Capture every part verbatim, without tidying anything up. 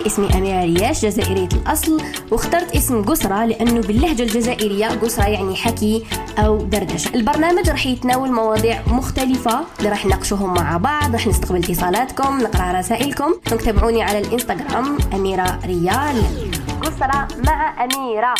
اسمي أميرة رياش، جزائرية الأصل، واخترت اسم قسرة لأنه باللهجة الجزائرية قسرة يعني حكي أو دردشة. البرنامج رح يتناول مواضيع مختلفة اللي رح نناقشوهم مع بعض، رح نستقبل اتصالاتكم، نقرأ رسائلكم. تابعوني على الإنستغرام أميرة ريال. قسرة مع أميرة.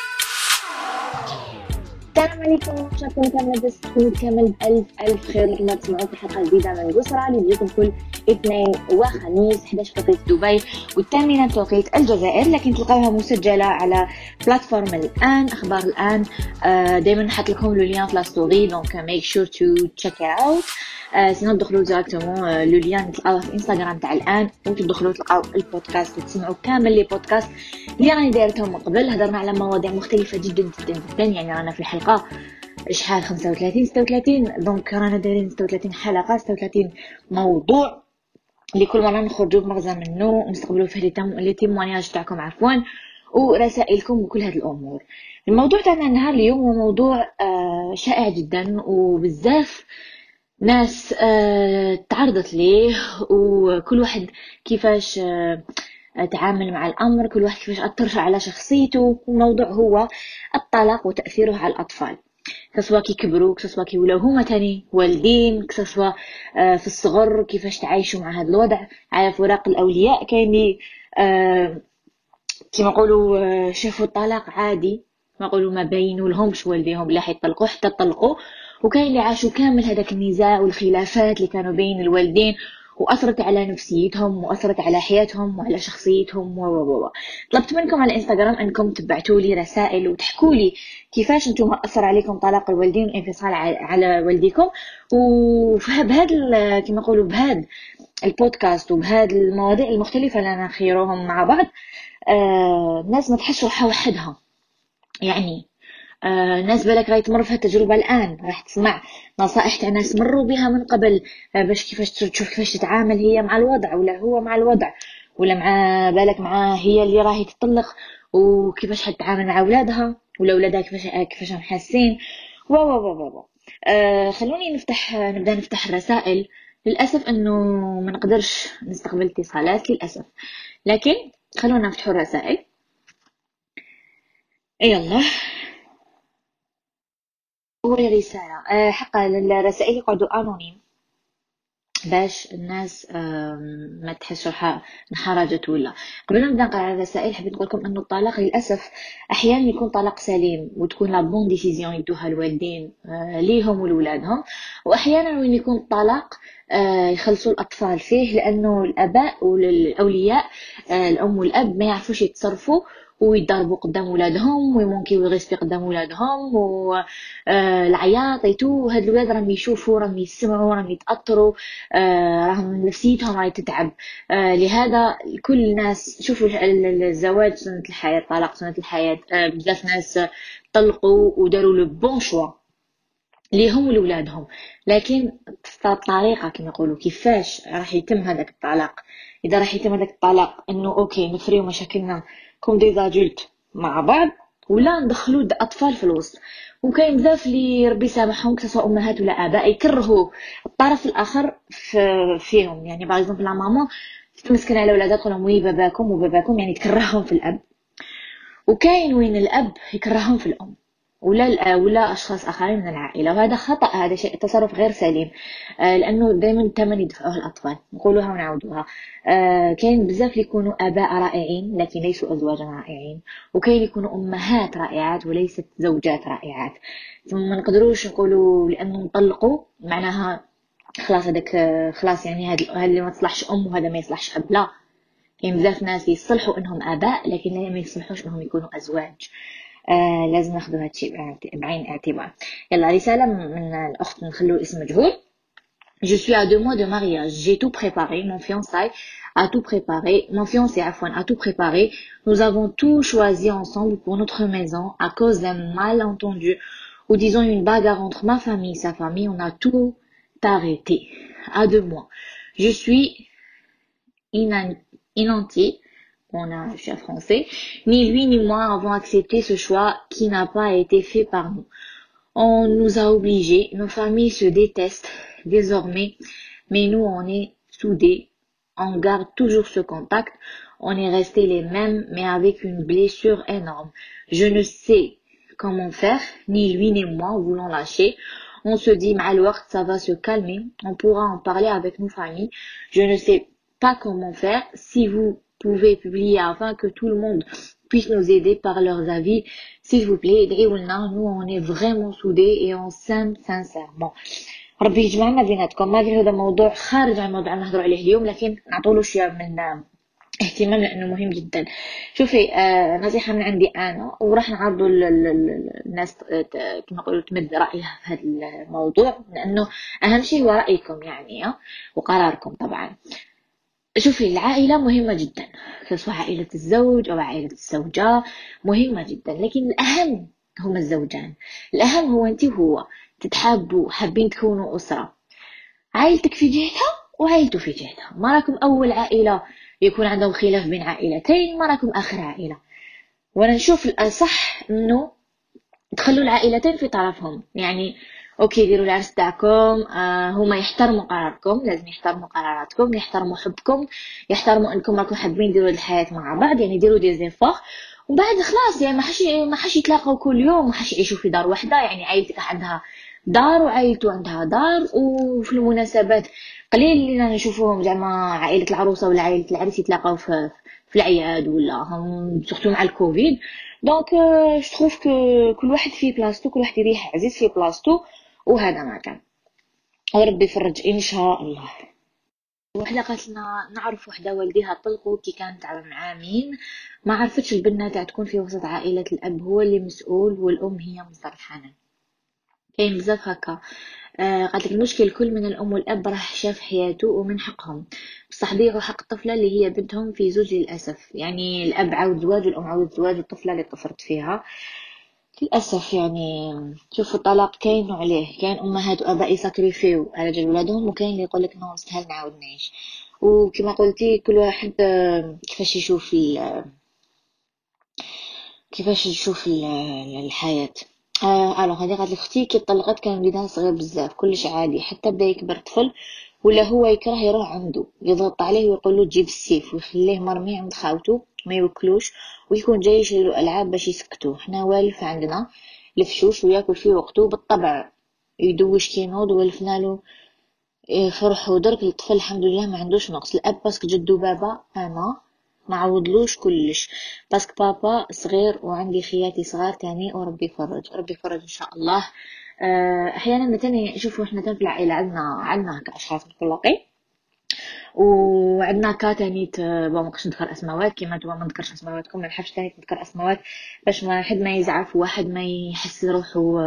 السلام عليكم، ان شاء الله كامل بس تكونوا كامل بألف ألف خير. لما تسمعوا في حلقة جديدة من قسرة اللي بيجيكم كل اثنين وخميس إحدى عشر توقيت دبي والثامنة توقيت الجزائر، لكن تلقاوها مسجلة على بلاتفورم الآن، أخبار الآن. دايما نحط لكم لو لين في لا ستوري، دونك ميك شور تو تشيك اوت. سينو تدخلوا ديريكتومون لو لين تلقاوه في انستغرام تاع الآن، وتدخلوا تلقاو البودكاست وتسمعوا كامل لي بودكاست اللي راني دايرتهم من قبل. هضرنا على مواضيع مختلفة جدا جدا جدا، يعني رانا في الحلقة شحال خمسة وثلاثين ستة وثلاثين، دونك رانا دايرين ستة وثلاثين حلقة، ستة وثلاثين موضوع اللي كل مرة نخرجوا بمغزى منه ونستقبلوا فيه لي تيموانياج تاعكم عفوا ورسائلكم وكل هذه الأمور. الموضوع تاعنا النهار اليوم هو موضوع آه شائع جدا، وبزاف ناس آه تعرضت ليه، وكل واحد كيفاش آه تعامل مع الأمر، كل واحد كيفاش أثر على شخصيته. الموضوع هو الطلاق وتأثيره على الأطفال، كسوا كي كبروا، كسوا كي ولاو هما تاني والدين، كسوا آه في الصغر كيفاش تعايشوا مع هذا الوضع على فراق الأولياء. كاين لي آه كيما نقولوا آه شافوا الطلاق عادي، ما نقولوا ما بينوا لهمش والديهم لا حيطلقوا حتى طلقوا، وكاين اللي عاشوا كامل هذاك النزاع والخلافات اللي كانوا بين الوالدين وأثرت على نفسيتهم وأثرت على حياتهم وعلى شخصيتهم و و و طلبت منكم على الانستغرام أنكم تبعتوا لي رسائل وتحكوا لي كيفاش أنتم أثر عليكم طلاق الوالدين والانفصال على والديكم. وبهذا كما نقولوا بهذا البودكاست وبهذه المواضيع المختلفة اللي أنا نخيروهم مع بعض، آه الناس ما تحسوا وحدها. يعني آه ناس بالك راهي تمر في التجربة الآن، راح تسمع نصائح تاع ناس مروا بها من قبل، آه باش كيفاش تشوف كيفاش تتعامل هي مع الوضع ولا هو مع الوضع، ولا مع بالك مع هي اللي راهي تطلق وكيفاش حتتعامل مع أولادها ولا أولادها كيفاش كيفاش هم حاسين و و و و آه خلوني نفتح نبدأ نفتح الرسائل. للأسف أنه ما نقدرش نستقبل اتصالات للأسف، لكن خلونا نفتحوا الرسائل. يلا أول رسالة. أه حقا الرسائل يقعدوا أنونيم باش الناس ما تحسوا انحرجت. ولا قبل ما نبدا نقرا الرسائل حبيت نقول لكم انه الطلاق للاسف احيانا يكون طلاق سليم وتكون لا بون ديسيزيون يدوها الوالدين أه ليهم ولولادهم، واحيانا وين يكون الطلاق أه يخلصوا الاطفال فيه لانه الاباء والاولياء أه الام والاب ما يعرفوش يتصرفوا ويضربوا قدام ولادهم ويمونكي ويغسبي قدام ولادهم والعياط يتو. هاد الولاد راهم يشوفوا راهم يسمعوا راهم يتاثروا، آه راهم نفسيتهم راهي تتعب. آه لهذا كل الناس شوفوا الزواج سنة الحياة، الطلاق سنة الحياة. آه بزاف ناس طلقوا وداروا لو بون شوا ليهم ولولادهم، لكن الطريقة كما يقولوا كيفاش راح يتم هذاك الطلاق. إذا راح يتم هذاك الطلاق إنه أوكي نفريو مشاكلنا كوم دي زادولت مع بعض، ولا ندخلوا أطفال في الوسط. وكاين بزاف اللي ربي سامحهم سواء أمهات ولا آباء يكرهوا الطرف الآخر فيهم. يعني بعض في لا ماما تمسكن على ولادها تقول لهم وي باباكم وباباكم، يعني تكرههم في الأب. وكاين وين الأب يكرههم في الأم ولا ولا اشخاص اخرين من العائله، وهذا خطا، هذا شيء تصرف غير سليم. آه لانه دائما الثمن يدفعوه الاطفال، نقولوها ونعاودوها. آه كاين بزاف اللي يكونوا اباء رائعين لكن ليسوا ازواجا رائعين، وكاين يكونوا امهات رائعات وليست زوجات رائعات. ثم ما نقدروش نقولوا لانه نطلقوا معناها خلاص هذاك خلاص يعني هذا اللي ما تصلحش ام وهذا ما يصلحش اب. لا، كاين بزاف ناس يصلحوا انهم اباء لكن لا ما يصلحوش انهم يكونوا ازواج. آه لازم ناخذ هذا الشيء بعين اعتبار. يلا رسالة من الأخت نخلو اسم مجهول. Je suis à deux mois de mariage, j'ai tout préparé, mon fiançaille a tout préparé, mon fiancé Afouane a tout préparé. Nous avons tout choisi ensemble pour notre maison à cause d'un malentendu ou disons une bagarre entre ma famille et sa famille. On a tout arrêté à deux mois. Je suis inantie. On a un chef français. Ni lui ni moi avons accepté ce choix qui n'a pas été fait par nous. On nous a obligés. Nos familles se détestent désormais, mais nous on est soudés on garde toujours ce contact, on est resté les mêmes, mais avec une blessure énorme. Je ne sais comment faire, ni lui ni moi voulons lâcher. On se dit, مع الوقت, ça va se calmer, on pourra en parler avec nos familles. Je ne sais pas comment faire. Si vous pouvez publier afin que tout le monde puisse nous aider par leurs avis, s'il vous plaît, ادعيوا لنا. Nous, on est vraiment soudés et on s'aime sincèrement. ربي يجمعنا بيناتكم. ما ادري هذا موضوع خارج عن موضوع نهضروا عليه اليوم، لكن نعطوله شويه من اهتمام لانه مهم جدا. شوفي، آه نصيحه من عندي انا، وراح نعرضوا الناس كما نقولوا تمد رايها في هذا الموضوع، لانه اهم شيء هو رايكم يعني وقراركم طبعا. شوفي، العائله مهمه جدا، سواء عائله الزوج او عائله الزوجه مهمه جدا، لكن الاهم هما الزوجان. الاهم هو انت وهو تتحابوا، حابين تكونوا اسره، عائلتك في جهتها وعائلته في جهتها. ما راكم اول عائله يكون عندهم خلاف بين عائلتين، ما راكم اخر عائله. وانا نشوف الاصح انه تخلوا العائلتين في طرفهم. يعني اوكي، ديروا العرس تاعكم، آه هما يحترموا قراركم، لازم يحترموا قراراتكم، يحترموا حبكم، يحترموا انكم راكم حابين ديروا الحياه مع بعض، يعني ديروا دي زيفور. ومن بعد خلاص، يعني ما حش ما حش يتلاقوا كل يوم، ما حش يعيشوا في دار واحده. يعني عائلتك عندها دار وعائلته عندها دار، وفي المناسبات قليل اللي نشوفوهم زعما عائله العروسه ولا عائله العريس يتلاقاو في في العياد ولا هم سورتو مع الكوفيد. دونك جو تروف كو كل واحد في بلاصتو، كل واحد يريح عزيز في بلاصتو، وهذا ما كان. وربي يفرج ان شاء الله. وحده قالت لنا نعرف وحده والديها طلقوا كي كانت مع مين، ما عرفتش البنه تاع تكون في وسط عائله الاب هو اللي مسؤول والام هي مصدر الحنان. كاين بزاف هكا. آه قالت لك المشكل كل من الام والاب راه شاف حياته ومن حقهم بصح ضيعوا حق الطفله اللي هي بنتهم في زوج للاسف. يعني الاب عاود زواج والام عاود زواج الطفله اللي طفرت فيها للاسف. يعني شوفوا الطلاق كاين عليه، كاين امهات واباء يساكريفيو على جال ولادهم، وكاين اللي يقول لك نو سهل نعاود نعيش. وكما قلتي كل واحد كيفاش يشوف كيفاش يشوف الحياه. آه الو هذه قالت لي اختي كي طلقت كان وليدها صغير بزاف، كلش عادي، حتى بدا يكبر طفل ولا هو يكره يروح عنده، يضغط عليه ويقول له تجيب السيف ويخليه مرمي عند خاوته ما يوكلوش، ويكون جاي يشري له العاب باش يسكتوه. حنا والف عندنا الفشوش وياكل في وقته بالطبع، يدوش كينوض ولفنا له فرحوا. درك الطفل الحمد لله ما عندوش نقص. الاب باسكو جدو بابا انا ما عوضلوش كلش، باسكو بابا صغير وعندي خياتي صغار تاني، وربي يفرج ربي يفرج ان شاء الله. احيانا مثلا شوفوا احنا في العائله عندنا عندنا هكا اشخاص مطلقين، وعندنا كا تاني بون ما نقدرش نذكر اسماوات كيما نتوما ما نذكرش اسماواتكم، ما نحبش تاني نذكر اسماوات باش ما حد ما يزعف وواحد ما يحس روحه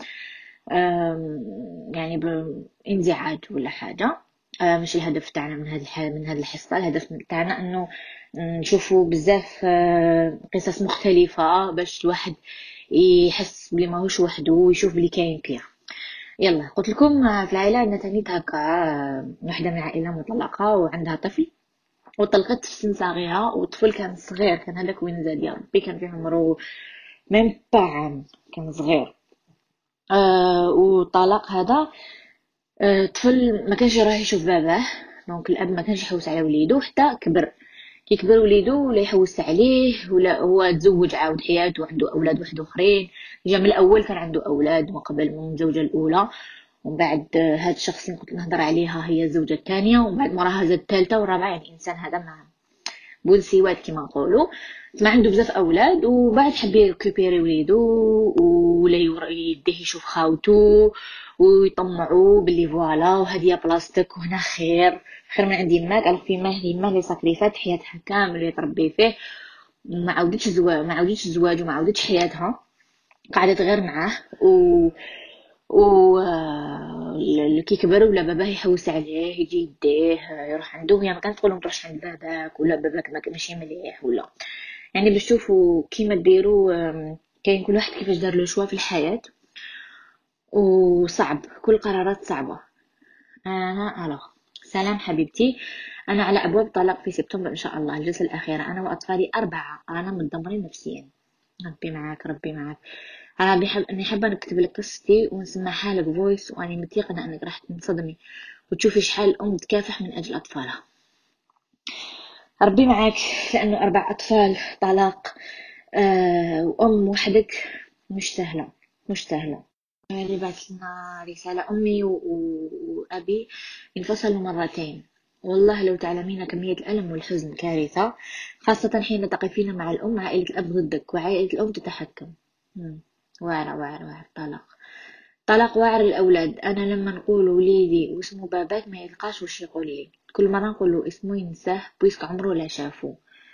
يعني بانزعاج ولا حاجه. مش الهدف تاعنا من هذه الحاله من هذه الحصه. الهدف تاعنا انه نشوفوا بزاف قصص مختلفه باش الواحد يحس بلي ماهوش وحده ويشوف بلي كاين كيف. يلا قلت لكم في العائله عندنا تاني هكا وحده من العائله مطلقه وعندها طفل، وطلقت في سن صغيره، والطفل كان صغير، كان هذاك وين زاد يا ربي كان فيه عمره ميم با عام، كان صغير. آه وطلاق هذا آه طفل ما كانش راح يشوف باباه، دونك الاب ما كانش يحوس على وليدو حتى كبر. كي كبر وليدو ولا يحوس عليه، ولا هو تزوج عاود حياته وعنده اولاد واحد اخرين. جا من الاول كان عنده اولاد من قبل من الزوجه الاولى، ومن بعد هذا الشخص اللي كنت نهضر عليها هي الزوجه الثانيه، ومن بعد موراها زاد الثالثه والرابعه. يعني انسان هذا ما بونسيوات كما نقولوا، ما عنده بزاف اولاد، وبعد حب يريكوبيري وليدو ولا يديه يشوف خاوته ويطمعوا باللي فوالا وهذه بلاصتك وهنا خير خير من عند يماك. الوغ في ماه يماه اللي ساكريفات حياتها كامل اللي تربي فيه، ما عاودتش زواج ما عاودتش الزواج وما عاودتش حياتها، قعدت غير معاه. و و اللي كي كبر ولا باباه يحوس عليه يجي يديه يروح عنده، يعني ما كانت تقول له ما تروحش عند باباك ولا باباك ما ماشي مليح ولا. يعني باش تشوفوا كيما ديروا، كاين كل واحد كيفاش دار له شوا في الحياه، وصعب كل قرارات صعبه. انا الوغ سلام حبيبتي، انا على ابواب طلاق في سبتمبر ان شاء الله، الجلسه الاخيره، انا واطفالي اربعه، انا متدمرين نفسيا. ربي معاك ربي معاك. انا بحب اني حابه نكتب لك قصتي ونسمعها لك فويس، واني متيقنه انك راح تنصدمي وتشوفي شحال الام تكافح من اجل اطفالها. ربي معاك، لانه اربع اطفال طلاق آه وام وحدك مش سهله، مش سهله. اللي بعث لنا رساله امي و- و- وابي انفصلوا مرتين. والله لو تعلمين كمية الألم والحزن كارثة، خاصة حين تقفين مع الأم. عائلة الأب ضدك وعائلة الأم تتحكم. مم. واعرة واعرة واعرة طلاق، طلاق واعر الأولاد. أنا لما نقول وليدي واسمه بابات ما يلقاش وش يقول لي، كل مرة نقول له اسمه ينساه بويسك عمره لا شافه.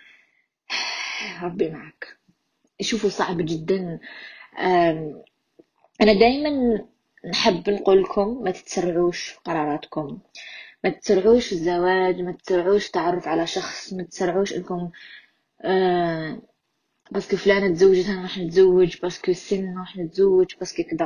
ربي معك. شوفوا صعب جدا. آم، أنا دايما نحب نقول لكم ما تتسرعوش في قراراتكم، ما تسرعوش في الزواج، ما تسرعوش تعرف على شخص، ما تسرعوش انكم آه باسكو فلانة تزوجت انا راح نتزوج، باسكو السن راح نتزوج، باسكو كذا.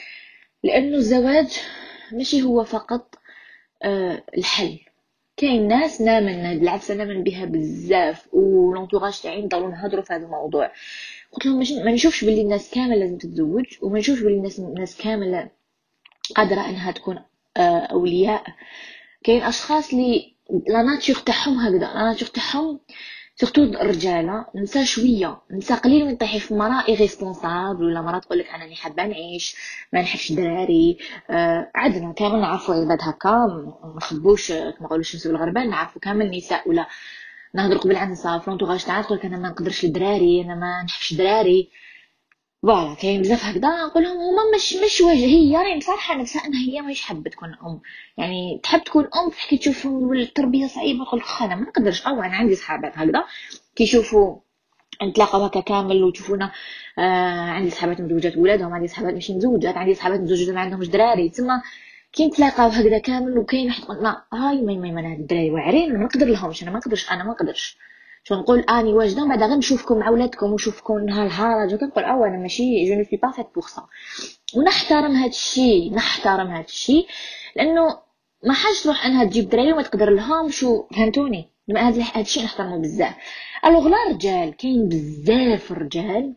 لانه الزواج ماشي هو فقط آه الحل. كاين ناس نامن، بالعكس نامن بها بزاف، ولونطوراج تاعي نضلوا نهضروا في هذا الموضوع. قلت لهم مش ما نشوفش باللي الناس كامل لازم تتزوج، وما نشوفش باللي الناس الناس كامل قادره انها تكون آه اولياء. كاين اشخاص اللي لا ناتور تاعهم هكذا، لا ناتور تاعهم سورتو الرجاله نسى شويه، نسى قليل من طيحي في مرا ايريسبونسابل، ولا مرا تقول لك انا اللي حابه نعيش ما نحبش دراري. آه عندنا كامل نعرفوا عباد هكا، ما نخبوش كما نقولوش نسوا الغربال، نعرفوا كامل النساء. ولا نهضر قبل عن النساء فلونطوراج تاعها تقول لك انا ما نقدرش الدراري، انا ما نحبش دراري. فوالا كاين بزاف هكذا. نقول لهم هما مش مش واجه، هي راهي مصالحه نفسها انها هي ماهيش حابه تكون ام. يعني تحب تكون ام تحكي تشوف التربيه صعيبه، تقول لك انا ما نقدرش. او انا عندي صحابات هكذا كيشوفوا نتلاقاو هكا كامل وتشوفونا. آه عندي صحابات مزوجات ولادهم، عندي صحابات ماشي مزوجات، عندي صحابات مزوجات ما عندهمش دراري. تما كي نتلاقاو هكذا كامل وكاين واحد تقول لا هاي ما ما انا هاد الدراري واعرين انا ما نقدر لهمش، انا ما نقدرش انا ما نقدرش شو نقول اني واجده بعدا غير نشوفكم مع ولادكم ونشوفكم نهار الهرج كنقول او انا ماشي جو نو سوي با فيت بور سا. ونحترم هاد الشيء، نحترم هاد الشيء، لانه ما حاجه تروح انها تجيب دراري وما تقدر لهم شو فهمتوني. هذا هاد الشيء نحترمه بزاف. الوغ لا رجال كاين بزاف رجال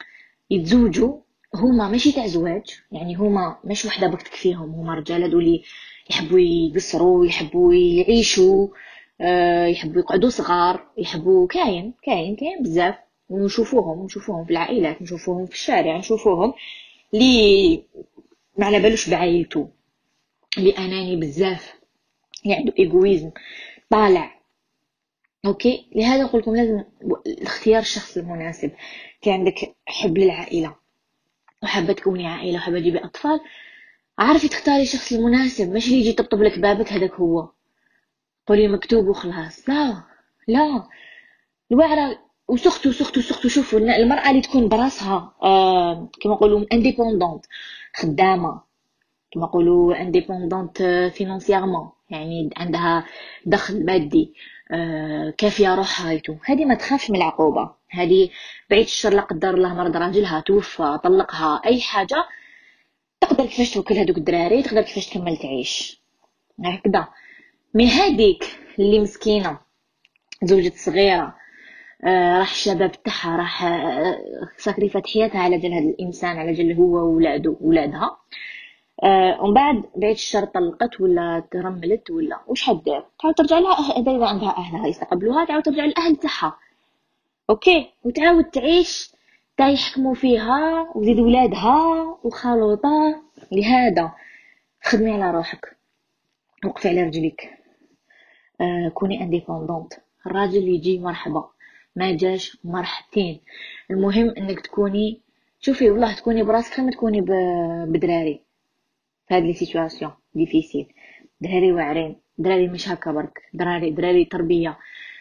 يتزوجوا هما ماشي تاع زواج، يعني هما مش وحده بك تكفيهم، هما رجال هادو اللي يحبوا يقصروا، يحبوا يعيشوا، آه يحبوا يقعدوا صغار، يحبوا كاين كاين كاين بزاف. ونشوفوهم نشوفوهم في العائلات، نشوفوهم في الشارع، نشوفوهم لي ما على بالوش بعائلته، لي اناني بزاف، اللي عنده ايغويزم طالع. اوكي لهذا نقول لكم لازم اختيار الشخص المناسب. كي عندك حب للعائله وحابه تكوني عائله وحابه تجيبي اطفال، عارفي تختاري الشخص المناسب، ماشي اللي يجي يطبطب لك بابك هذاك هو قولي مكتوب وخلاص. لا لا الواعره وسختو سختو سختو. شوفوا المراه اللي تكون براسها آه كما نقولوا انديبوندونت، خدامه، كما نقولوا انديبوندونت فينانسييرمون، يعني عندها دخل مادي آه كافيه روحها هايتو، هذه ما تخافش من العقوبه. هذه بعيد الشر لا قدر الله مرض راجلها توفى طلقها اي حاجه، تقدر كيفاش توكل هذوك الدراري، تقدر كيفاش تكمل تعيش هكذا. من هذيك اللي مسكينه زوجت صغيره آه راح الشباب تاعها راح آه ساكريفات حياتها على جال هذا الانسان، على جال هو وولادو ولادها. آه ومن بعد بعيد الشر طلقت ولا ترملت ولا وش حدير، تعاود ترجع لها أه... اذا عندها اهلها يستقبلوها تعاود ترجع للاهل تاعها. اوكي وتعاود تعيش تا يحكموا فيها وزيد ولادها وخالوطه. لهذا خدمي على روحك، وقفي على رجليك، آه كوني انديبوندونت. الراجل يجي مرحبا، ما جاش مرحبتين. المهم انك تكوني شوفي والله تكوني براسك، ما تكوني ب... بدراري في هذه السيتواسيون ديفيسيل. دراري واعرين، دراري مش هكا برك، دراري دراري تربيه.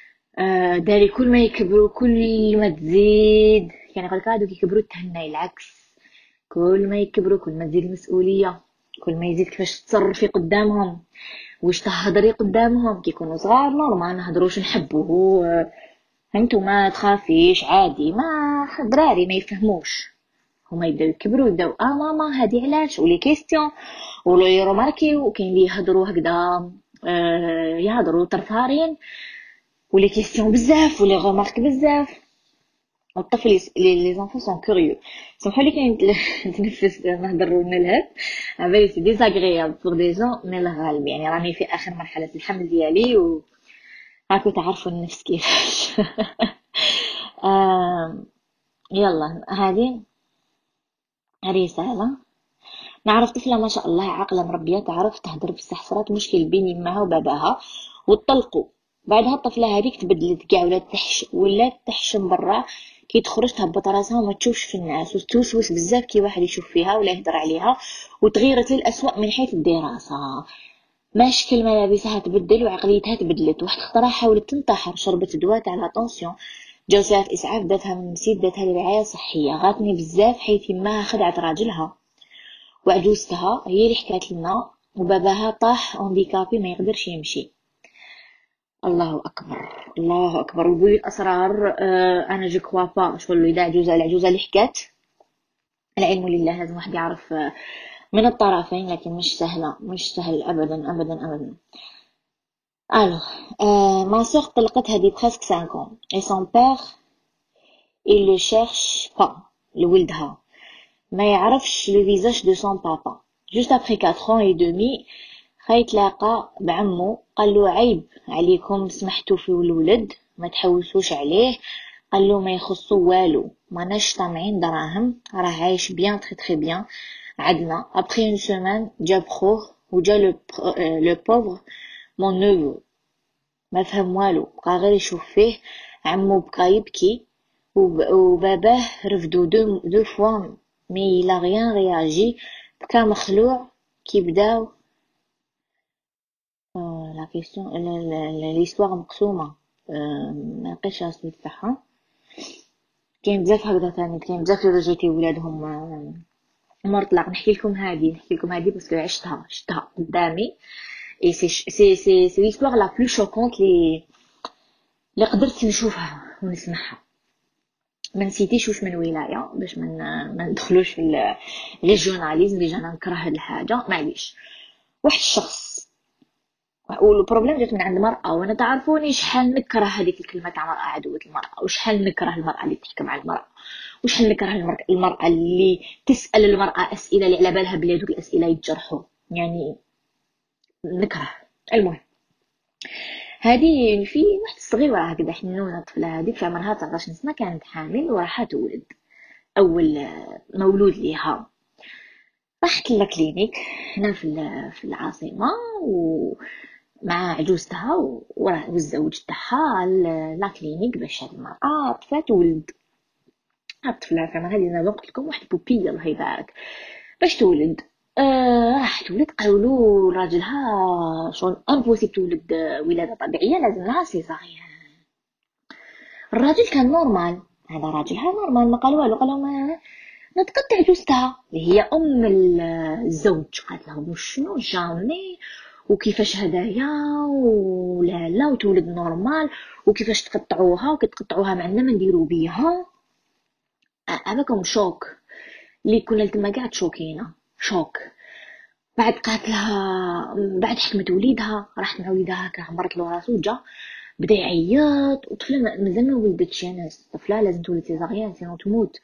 آه دراري كل ما يكبروا كل ما تزيد، يعني قالك هادوك يكبروا تهنى، العكس كل ما يكبروا كل ما تزيد المسؤوليه، كل ما يزيد كيفاش تصرفي قدامهم، واش تهضري قدامهم. كي يكونوا صغار نورمال نهضروش نحبوه، انتو ما تخافيش عادي، ما دراري ما يفهموش. هما يبداو يكبروا يبداو اه ماما هادي علاش ولي كيستيون ولا يروماركي، وكاين اللي يهضروا هكذا آه يهضروا طرفارين ولي كيستيون بزاف ولي غومارك بزاف. الطفل لي زانفون سون كوريو. سمحوا لي كاين نتنفس نهضر ونلهث عبالي سي ديزاغريابل بور دي جون مي الغالب، يعني راني في اخر مرحله الحمل ديالي و هاكو تعرفوا النفس كيفاش. آم، يلا هذه رسالة. نعرف طفلة ما شاء الله عاقلة مربية، تعرف تهدر بصح صرات مشكل بين يماها وباباها وطلقوا. بعدها الطفلة هذيك تبدلت كاع، ولات تحش ولات تحشم برا كي تخرج تهبط راسها وما تشوفش في الناس، وتوسوس بزاف كي واحد يشوف فيها ولا يهدر عليها، وتغيرت للأسوأ من حيث الدراسة. ماشكل ملابسها تبدل وعقليتها تبدلت. واحد خطرة حاولت تنتحر، شربت دواء تاع لا طونسيون، جاو ساعة اسعاف داتها من مسيد داتها لرعاية صحية. غاتني بزاف حيث يماها خدعت راجلها وعجوزتها هي اللي حكات لنا، وباباها طاح اونديكابي ما يقدرش يمشي. الله اكبر الله اكبر. وبوي الاسرار آه انا جو كوا با شغل اذا عجوزه العجوزه اللي حكات، العلم لله، لازم واحد يعرف آه، من الطرفين، لكن مش سهله مش سهل ابدا ابدا ابدا. Alors, euh, ma sœur طلقتها دي presque cinq ans et son père il le cherche pas لولدها، ما يعرفش le visage de son papa. Juste après quatre ans et demi خيتلاقى بعمو، قال له عيب عليكم سمحتوا في الولد ما تحوسوش عليه. قال له ما يخصو والو، ماناش طامعين دراهم، راه عايش بيان تري تري بيان عندنا. après une semaine جاب خوه وجا لو لو بوفر مون نوفو، ما فهم والو، بقى غير يشوف فيه. عمو بقى يبكي وباباه رفدو دو دو فوا مي لا غيان رياجي، بقى مخلوع. كي بداو لا كيسيون ليستوار مقسومه، ما لقيتش السميت تاعها. كاين بزاف هكذا ثاني، كاين بزاف اللي رجيتي ولادهم مرطلق. نحكي لكم هذه نحكي لكم هذه باسكو عشتها شفتها قدامي. اي سي سي سي سي ليستوار لا بلو شوكونت لي اللي قدرت نشوفها ونسمعها. ما نسيتيش واش من ولايه باش من ما ندخلوش في لي جورناليزم اللي جانا نكره هاد الحاجه، معليش. واحد الشخص والبروبليم جات من عند المرأة، وانا تعرفوني شحال نكره هذيك الكلمة تاع مرأة عدوة المرأة، وشحال نكره المرأة اللي تحكم على المرأة، وشحال نكره المرأة, المرأة اللي تسأل المرأة أسئلة اللي على بالها بلي هذوك الأسئلة يتجرحوا، يعني نكره. المهم هذه في واحد صغيرة هكذا حنونة، طفلة هذيك في عمرها تسعة عشر سنة، كانت حامل وراح تولد أول مولود ليها. راحت للكلينيك هنا في في العاصمة و مع عجوزتها والزوج تاعها لا كلينيك باش هاد المرأة طفات ولد. الطفلة فما هذه انا قلت لكم واحد بوبي الله يبارك باش تولد. آه راح تولد، قالوا راجلها شغل امبوسيبل تولد ولاده طبيعيه، لازم لها سيزاريان. الراجل كان نورمال، هذا راجلها نورمال ما قال والو. قالوا ما نتقطع عجوزتها اللي هي ام الزوج، قالت لهم شنو جامي وكيفاش هدايا ولا لا وتولد نورمال وكيفاش تقطعوها وكي تقطعوها معنا ما نديرو بيها. هذاكم شوك اللي كنا تما قاعد شوكينا شوك. بعد قالت لها بعد حكمت وليدها، راحت مع وليدها هكا عمرت له راسو وجا بدا يعيط، وطفله مازال ما ولدتش. انا الطفله لازم تولد سيزاريان سينو تموت.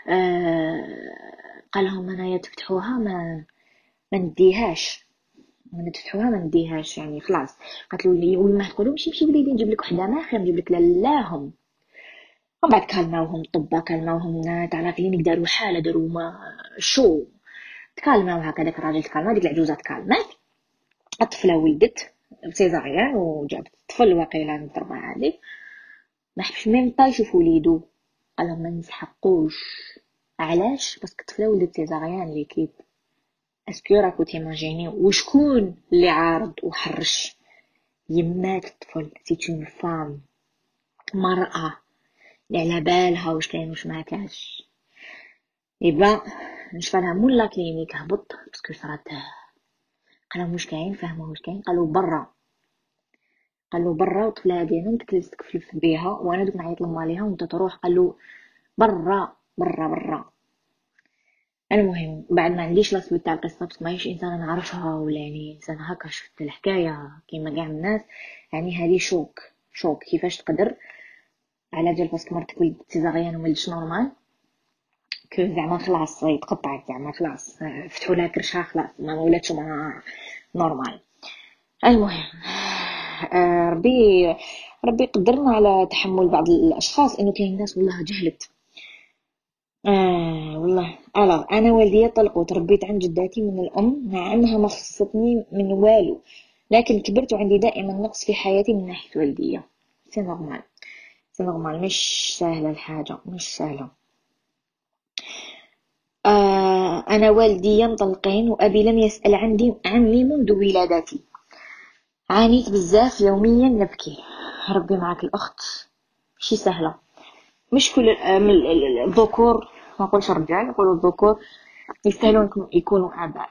آه قال لهم انايا تفتحوها ما ما نديهاش من تفتحوها ما نديهاش يعني خلاص. قالت له لي وما تقولوا مشي مشي وليدي نجيب لك وحده ما خير، نجيب لك لاهم. ومن بعد كلماوهم طبا، كلماوهم تاع لا كلينيك، داروا حاله، داروا ما شو تكلماو هكا. داك الراجل تكلم، ديك العجوزه تكلمات، الطفله ولدت سيزاريان وجابت الطفل واقيلا نضربه عادي. ما حبش ميم با يشوف وليدو، قال لهم ما نسحقوش. علاش؟ باسكو الطفله ولدت سيزاريان ليكيب. اسكو راكو تيماجيني وشكون اللي عارض وحرش يمات الطفل؟ سي اون فام، مرأة اللي على بالها واش كاين واش ما كاش. يبا نشفالها مولا كلينيك هبط باسكو صرات. قالوا واش كاين، فهموا واش كاين، قالوا برا قالوا برا وطفله ديالنا تكلس تكفلف بها وانا دوك نعيط لماليها وانت تروح. قالوا برا برا برا. المهم بعد ما عنديش لا سويت تاع القصه بس ماهيش انسانه نعرفها ولا يعني انسان هكا شفت الحكايه كيما كاع الناس، يعني هذه شوك شوك. كيفاش تقدر على جال باسكو مرتك ولدت سيزاريان ومولدش نورمال كو زعما خلاص يتقطعت، زعما خلاص فتحوا لها كرشها خلاص ما ولاتش ما نورمال. المهم آه ربي ربي قدرنا على تحمل بعض الاشخاص، انه كاين ناس والله جهلت. آه والله ألا أنا والديا طلقوا، تربيت عند جداتي من الأم مع أنها ما خصتني من والو، لكن كبرت وعندي دائما نقص في حياتي من ناحية والدية. سي نورمال، سي نورمال، مش سهلة الحاجة، مش سهلة. آه أنا والدي مطلقين وأبي لم يسأل عندي عني منذ ولادتي. عانيت بزاف، يوميا نبكي. ربي معك الأخت، ماشي سهلة. مش كل ال- من ال- ال- الذكور، ما نقولش الرجال، نقولوا الذكور يستاهلون يكون- يكونوا آباء.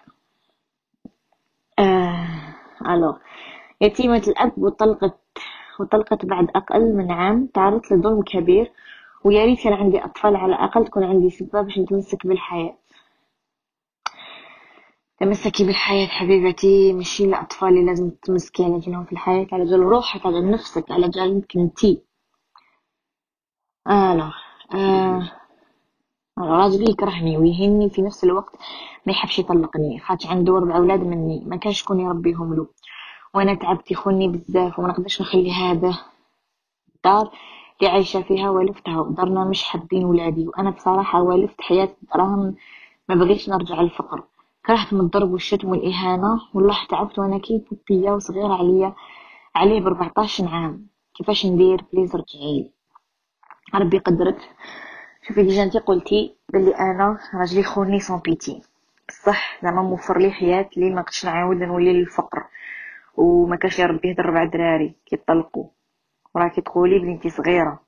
آه ألو يتيمة الأب وطلقت وطلقت بعد أقل من عام، تعرضت لظلم كبير، ويا ريت كان عندي أطفال على الأقل تكون عندي سبب باش نتمسك بالحياة. تمسكي بالحياة حبيبتي، ماشي الأطفال اللي لازم تمسكي على جالهم في الحياة، على جال روحك، على نفسك، على جالك انتي. ألو آه راجلي يكرهني ويهني في نفس الوقت، ما يحبش يطلقني خاطر عنده ربع اولاد مني، ما كانش شكون يربيهم له، وانا تعبت يخوني بزاف وما نقدرش نخلي هذا الدار اللي عايشه فيها والفتها، ودارنا مش حابين ولادي، وانا بصراحه والفت حياه دراهم، ما بغيتش نرجع للفقر، كرهت من الضرب والشتم والاهانه، والله تعبت وانا كي بوبيه وصغيره عليا عليه ب أربعطاش عام. كيفاش ندير؟ بليز رجعيلي. ربي قدرك. شوفي ديجا انتي قلتي بلي انا راجلي خوني سون بيتي، بصح زعما موفر لي حياه اللي ما قدش نعاود نولي للفقر، وما كانش يربيه هاد الربع دراري كيطلقوا، وراكي تقولي بلي انتي صغيره.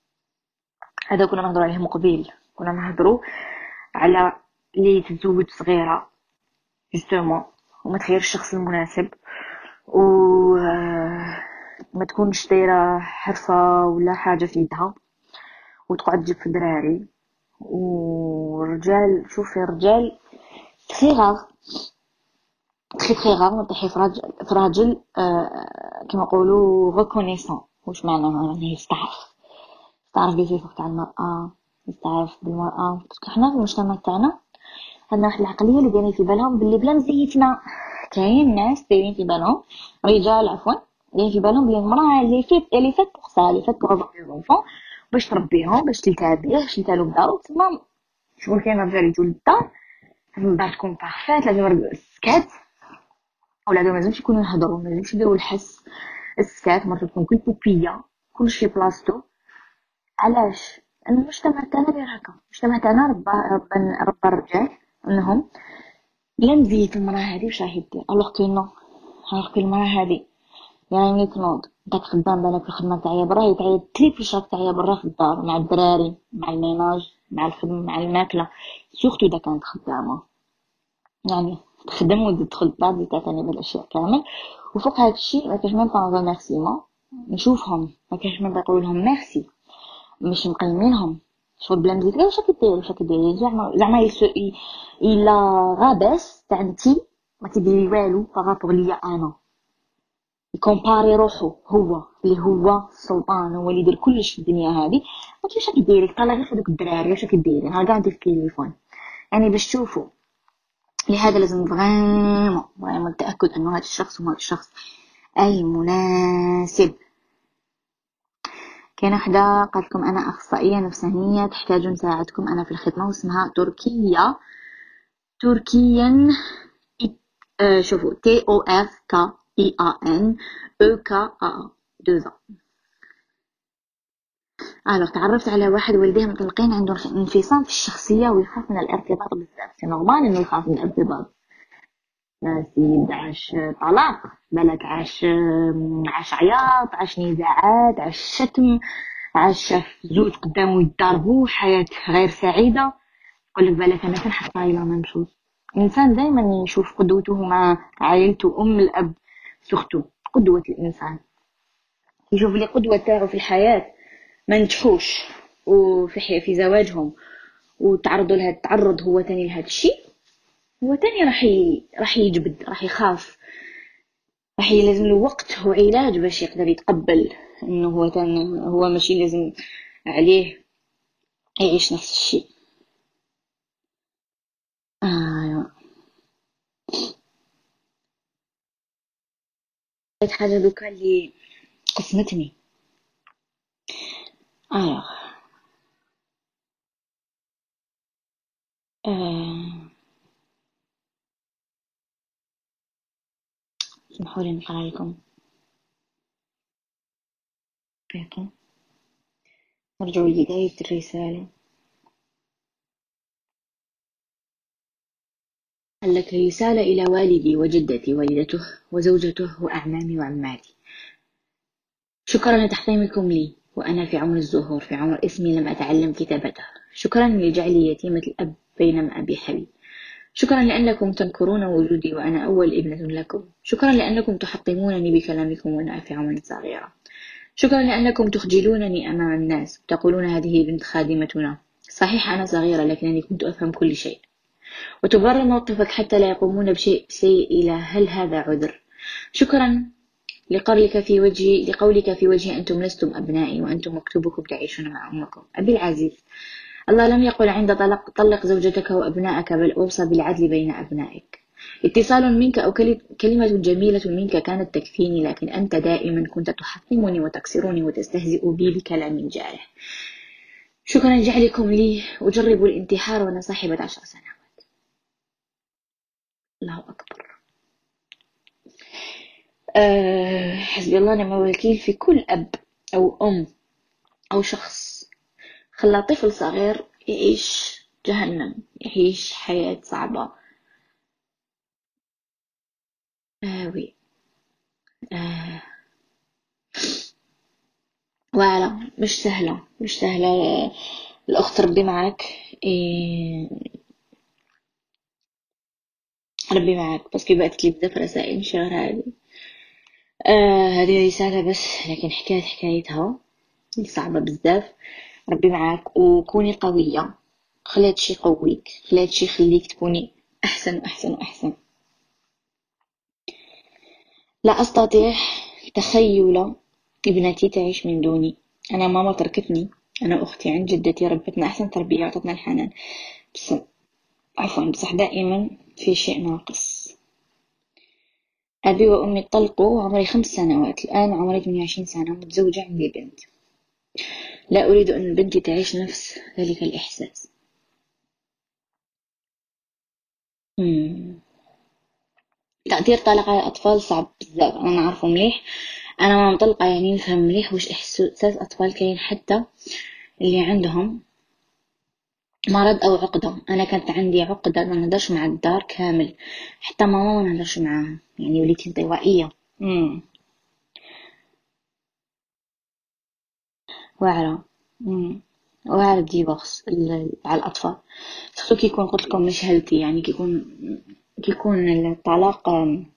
هذا كنا نهضروا عليه مقبل، كنا نهضروا على اللي تتزوج صغيره جوستومون وما تخيرش الشخص المناسب، و آه، ما تكونش دايره حرفه ولا حاجه في يدها، وتقعد تجيب في دراري. ورجال، شوفي الرجال تري غار، تري تري غار نطيحي في راجل، في راجل آه كما نقولوا ريكونيسون. واش معناها؟ يعني يستعرف، يستعرف بصفة تاع المرأة، يستعرف بالمرأة، باسكو حنا في المجتمع تاعنا عندنا واحد العقلية اللي دايرين في بالهم باللي بلا مزيتنا. كاين ناس دايرين في بالهم، رجال عفوا، دايرين في بالهم بلي المرأة اللي فيت اللي فات بوغ سا، اللي فات بوغ افوار دي زونفون، باش تربيهم، باش تلتها بيه، باش تلتها له بدار. تما شغل كاين رجال يجوا للدار، لازم الدار تكون بارفيت، لازم يرقدوا السكات، ولادو ملازمش يكونوا يهضروا، ملازمش يديروا الحس، السكات، مرته تكون كل بوبية، كلشي في بلاصتو. علاش؟ لأن المجتمع تاعنا غير هكا، المجتمع تاعنا ربى ربى ربى الرجال انهم بلا مزيت المراه هادي واش راهي دير، الوغ كو نو، الوغ كو المراه هادي يعني تنوض داك خدام بالك في الخدمه تاعي برا، يتعيط تريبل شاك تاعي برا في الدار مع الدراري، مع الميناج، مع الخدمه، مع الماكله، سورتو اذا كانت خدامه، يعني تخدم وتدخل بعد تعتني بالاشياء كامل. وفوق هذا الشيء ما كاش ميم با نقول ميرسي، ما نشوفهم ما كاش ميم نقول لهم ميرسي، مش مقيمينهم. شغل بلا مزيد واش راكي ديري، واش راكي ديري، زعما زعما يسو الا غاباس تاع انتي ما تديري والو بارابور ليا انا، يكومباري روحو، هو اللي هو السلطان، هو اللي يدير كلش في الدنيا هذه. ما واش راكي ديري، طلعي غير في دوك الدراري، واش راكي ديري، ها قاعد في التليفون. يعني باش تشوفوا، لهذا لازم فريمون فريمون التأكد أنه هذا الشخص هو الشخص المناسب. كان وحدة قالت لكم أنا أخصائية نفسانية تحتاج مساعدتكم أنا في الخدمة، واسمها تركيا تركيا آه شوفوا تي او اف كا اي ا ان او كا ا دوزا. الوغ تعرفت على واحد والديه مطلقين، عنده انفصام في الشخصية ويخاف من الارتباط بزاف. سي نورمال انه يخاف من الارتباط، سيد عاش طلاق، بالك عاش عاش عياط، عاش نزاعات، عاش شتم، عاش شاف زوج قدامه يتضاربوا، حياة غير سعيدة. يقولك بالك انا كان حتى لا ميم شوز. الانسان دائما يشوف قدوته مع عائلته، ام الاب سورتو قدوة الانسان، يشوف لي قدوة تاعو في الحياة ما نجحوش وفي حي في زواجهم وتعرضوا لهذا التعرض، هو تاني لهذا الشيء، هو تاني راح ي... راح يجبد، راح يخاف، راح يلزم له وقت وعلاج باش يقدر يتقبل انه هو تان هو ماشي لازم عليه يعيش نفس الشيء. آه قلت حاجة دوكا اللي قسمتني. آه. آه. اسمحوا لي نقرأ لكم. دقيقة. نرجع لبداية الرسالة. قال لك: رسالة إلى والدي وجدتي والدته وزوجته وأعمامي وعماتي. شكرا لتحطيمكم لي وأنا في عمر الزهور، في عمر اسمي لم أتعلم كتابته. شكرا لجعلي يتيمة الأب بينما أبي حي. شكرا لأنكم تنكرون وجودي وأنا أول ابنة لكم. شكرا لأنكم تحطمونني بكلامكم وأنا في عمر صغيرة. شكرا لأنكم تخجلونني أمام الناس وتقولون هذه بنت خادمتنا. صحيح أنا صغيرة لكنني كنت أفهم كل شيء. وتبرر موقفك حتى لا يقومون بشيء سيء إلى هل هذا عذر؟ شكرا لقولك في وجهي لقولك في وجهي أنتم لستم أبنائي وأنتم مكتوبكم تعيشون مع أمكم. أبي العزيز، الله لم يقل عند طلق طلق زوجتك وأبنائك، بل أوصى بالعدل بين أبنائك. اتصال منك أو كلمة جميلة منك كانت تكفيني، لكن أنت دائما كنت تحطمني وتكسرني وتستهزئ بي بكلام جارح. شكرا لجعلكم لي أجرب الانتحار وأنا صاحبة عشر سنوات. الله أكبر. أه حسبي الله ونعم الوكيل في كل أب أو أم أو شخص خلى طفل صغير يعيش جهنم، يعيش حياة صعبة. آه وي آه واعلة مش سهلة مش سهلة. الأخت ربي معك. إيه ربي معك. بس كي بعثت لي بزاف رسائل مش غير هذه. آه هذه رسالة بس، لكن حكاية حكايتها صعبة بزاف. ربي معك وكوني قوية. خلي هادشي يقويك، خلي هادشي يخليك تكوني أحسن وأحسن وأحسن. لا أستطيع تخيل ابنتي تعيش من دوني. أنا ماما تركتني، أنا أختي عند جدتي ربتنا أحسن تربية وعطتنا الحنان، بس عفوا بصح دائما في شيء ناقص. أبي وأمي طلقوا وعمري خمس سنوات، الآن عمري ثمانية وعشرين سنة، متزوجة، عندي بنت. لا أريد أن بنتي تعيش نفس ذلك الإحساس. مم. تأثير طلاق على الأطفال صعب بزاف، أنا نعرفه مليح. أنا ما مطلقة يعني نفهم مليح واش إحساس أطفال كاين، حتى اللي عندهم مرض أو عقدة. أنا كانت عندي عقدة ما نهدرش مع الدار كامل، حتى ماما ما نهدرش معاها، يعني وليت انطوائية. امم واعرة. امم واعرة ديفورس على الأطفال، سورتو كي يكون قلت لكم مش هلتي، يعني كي يكون كي يكون الطلاق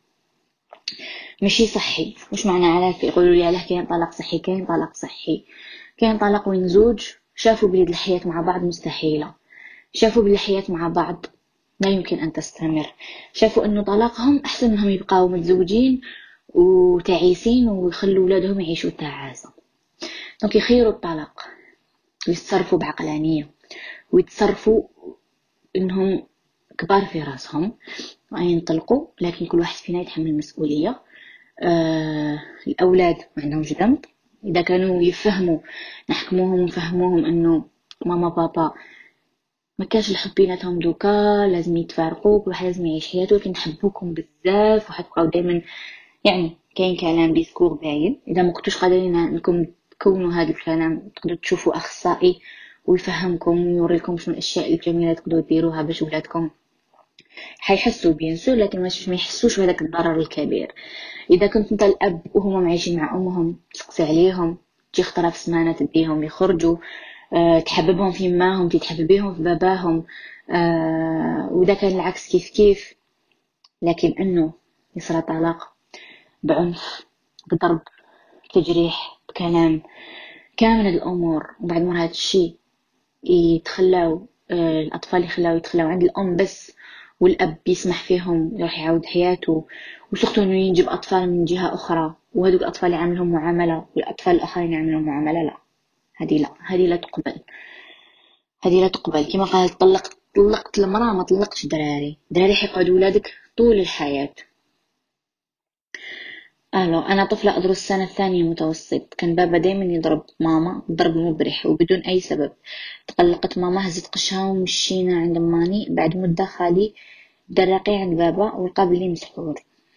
ماشي صحي. مش معنى علاه يقولوا لي علاه كاين طلاق صحي. كاين طلاق صحي، كاين طلاق وين زوج شافوا بلي الحياة مع بعض مستحيلة، شافوا بلي الحياة مع بعض لا يمكن أن تستمر، شافوا أنه طلاقهم أحسن منهم يبقاو متزوجين وتعيسين ويخلوا ولادهم يعيشوا تعاسة. دونك يخيروا الطلاق ويتصرفوا بعقلانية ويتصرفوا أنهم كبار في راسهم وينطلقوا، لكن كل واحد فينا يتحمل المسؤولية. آه الأولاد ما عندهمش ذنب، إذا كانوا يفهموا نحكموهم ونفهموهم أنه ماما بابا ما كانش الحب بيناتهم دوكا لازم يتفارقوا، كل واحد لازم يعيش حياته، لكن نحبوكم بزاف وحتبقاو دائما. يعني كاين كلام ديسكور باين، اذا ما كنتوش قادرين انكم تكونوا هذا الكلام تقدروا تشوفوا اخصائي ويفهمكم ويوريكم شنو الاشياء الجميله تقدروا ديروها باش ولادكم حيحسوا بيان سور، لكن مش ما يحسوش بهذاك الضرر الكبير. اذا كنت انت الاب وهما معيشين مع امهم تسقسي عليهم، تجي خطره في سمانه تديهم يخرجوا، أه تحببهم في ماهم تحببيهم في باباهم، أه وإذا كان العكس كيف كيف. لكن انه يصير طلاق بعنف، بضرب، تجريح، بكلام، كامل الامور، وبعد ما هذا الشيء يتخلاو أه الاطفال يخلاو يتخلاو عند الام بس، والاب يسمح فيهم يروح يعاود حياته، وسختو انه ينجب اطفال من جهه اخرى وهذوك الاطفال يعاملهم معامله والاطفال الاخرين يعاملهم معامله. لا، هذه لا هذه لا تقبل، هذه لا تقبل. كما قالت طلقت طلقت المرأة ما طلقتش دراري. دراري حيقعدوا ولادك طول الحياة. الو، انا طفله ادرس السنه الثانيه متوسط. كان بابا دايما يضرب ماما ضرب مبرح وبدون اي سبب. تقلقت ماما، هزت قشها ومشينا عند اماني. بعد مده خالي درقي عند بابا والقابل لي مسحور.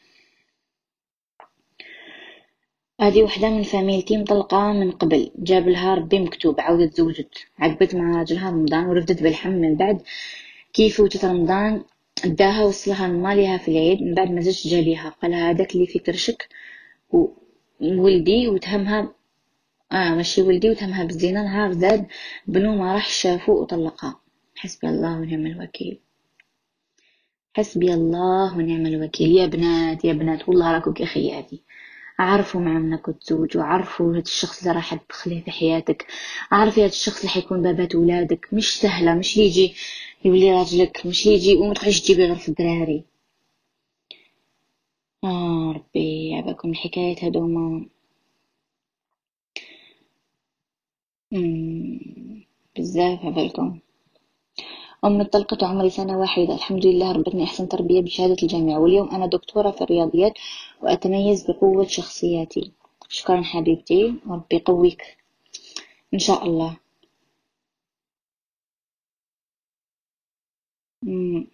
هذه وحده من فاميلتي مطلقه من قبل، جاب لها ربي مكتوب عاودت تزوجت، عقبت مع راجلها رمضان ورفدت بالحم. من بعد كيف فوتت رمضان داها وصلها لماليها في العيد. من بعد ما زجت جاليها قالها هذاك اللي في كرشك وولدي وتهمها اه ماشي ولدي وتهمها بالزنا. نهار زاد بنو ما راح شافوا وطلقها. حسبي الله ونعم الوكيل، حسبي الله ونعم الوكيل. يا بنات يا بنات والله راكم كخياتي، عرفوا مع منك وتزوجوا، عرفوا هاد الشخص اللي راح تدخليه في حياتك، عرفي هاد الشخص اللي حيكون بابات ولادك. مش سهله، مش يجي يولي راجلك، مش يجي وما تروحيش تجيبي غير في الدراري. اه ربي عباكم الحكايات هادوما. مم، بزاف عبالكم. أمي اتطلقت وعمري سنة واحدة، الحمد لله ربتني أحسن تربية بشهادة الجامعة، واليوم أنا دكتورة في الرياضيات وأتميز بقوة شخصياتي. شكرا حبيبتي، ربي يقويك إن شاء الله. مم،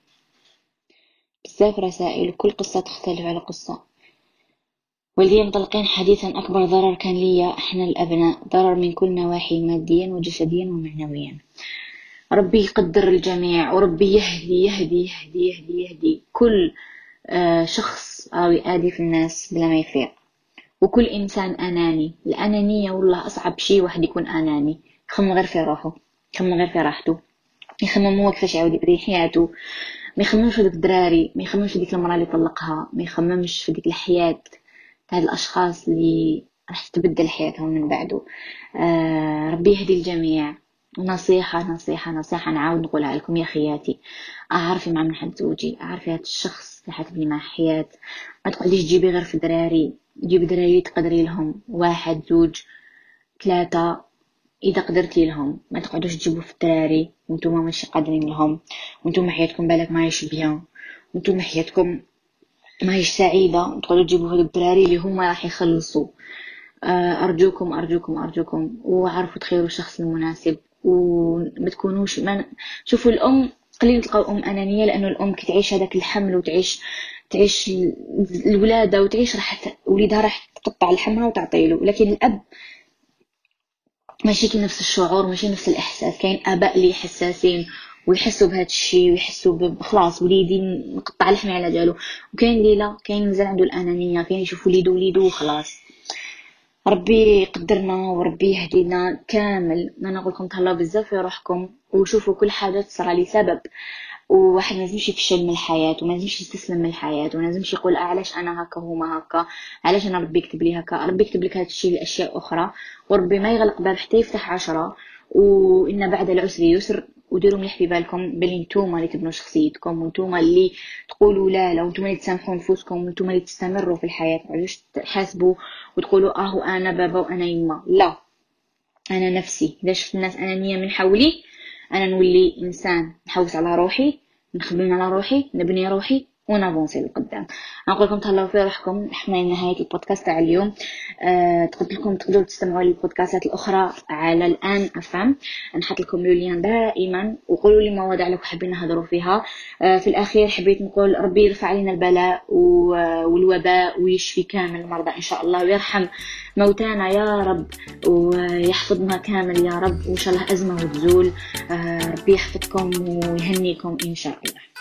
بزاف رسائل، كل قصة تختلف على قصة. والدي مطلقين حديثا. أكبر ضرر كان لي إحنا الأبناء، ضرر من كل نواحي، ماديا وجسديا ومعنويا. ربي يقدر الجميع، وربي يهدي يهدي يهدي يهدي يهدي كل آه شخص أو يآدي في الناس بلا ما يفيق، وكل إنسان أناني. الأنانية والله أصعب شي، واحد يكون أناني يخمم غير في روحه، يخمم غير في راحته، يخمم هو كيفاش يعاود يبني حياته، ما يخممش في ديك الدراري، ما يخممش في ديك المرأة اللي طلقها، ما يخممش في ديك الحياة تاع هاد الأشخاص اللي راح تتبدل حياتهم من بعده. آه ربي يهدي الجميع. نصيحة نصيحة نصيحة نعاود نقولها لكم يا خياتي، أعرفي مع من حتزوجي، أعرفي هاد الشخص اللي حتبني معاه حياة. ما تقعديش تجيبي غير في دراري، جيبي دراري تقدري لهم، واحد زوج ثلاثة إذا قدرتي لهم. ما تقعدوش تجيبوا في الدراري وانتم ماشي قادرين لهم، وانتم حياتكم بالك ماهيش بيان، وانتم حياتكم ماهيش سعيدة، تقعدوا تجيبوا هاد الدراري اللي هما راح يخلصوا. أرجوكم أرجوكم أرجوكم وعرفوا تخيروا الشخص المناسب، وما تكونوش ما شوفوا الأم قليل تلقاو أم أنانية، لأنه الأم كي تعيش هذاك الحمل وتعيش تعيش الولادة وتعيش راح وليدها راح تقطع الحمرة وتعطيله. لكن الأب ماشي كي نفس الشعور، ماشي نفس الإحساس. كاين آباء اللي حساسين ويحسوا بهذا الشيء ويحسوا بخلاص وليدي نقطع لحمي على جالو، وكاين اللي لا، كاين مازال عنده الأنانية، كاين يشوف وليدو وليدو وخلاص. ربي يقدرنا وربي يهدينا كامل. انا نقول لكم تهلاو بزاف في روحكم، وشوفوا كل حاجه تصرى لسبب، وواحد ما لازمش يفشل من الحياه، وما لازمش يستسلم من الحياه، وما لازمش يقول آه علاش انا هكا هما هكا، علاش انا ربي يكتب لي هكا. ربي يكتب لك هذا الشيء لاشياء اخرى، وربي ما يغلق باب حتى يفتح عشرة. وان بعد العسر يسر. وديروا مليح في بالكم بلي نتوما اللي تبنوا شخصيتكم، وانتوما اللي تقولوا لا لا، وانتوما اللي تسامحوا نفوسكم، وانتوما اللي تستمروا في الحياه. علاش تحاسبوا وتقولوا اه انا بابا وانا يما؟ لا، انا نفسي. اذا شفت الناس انانيه من حولي، انا نولي انسان نحوس على روحي، نخدم على روحي، نبني روحي ونافونسي لقدام. نقول لكم تهلاو في روحكم. حنا نهايه البودكاست تاع اليوم. أه تقدر لكم تقدروا تستمعوا للبودكاستات الاخرى على الان افهم، نحط لكم لو لين دائما، وقولوا لي مواضيع لكم حابين نهضروا فيها. أه في الاخير حبيت نقول ربي يرفع علينا البلاء والوباء ويشفي كامل المرضى ان شاء الله، ويرحم موتانا يا رب، ويحفظنا كامل يا رب، وان شاء الله ازمه وتزول. أه ربي يحفظكم ويهنيكم ان شاء الله.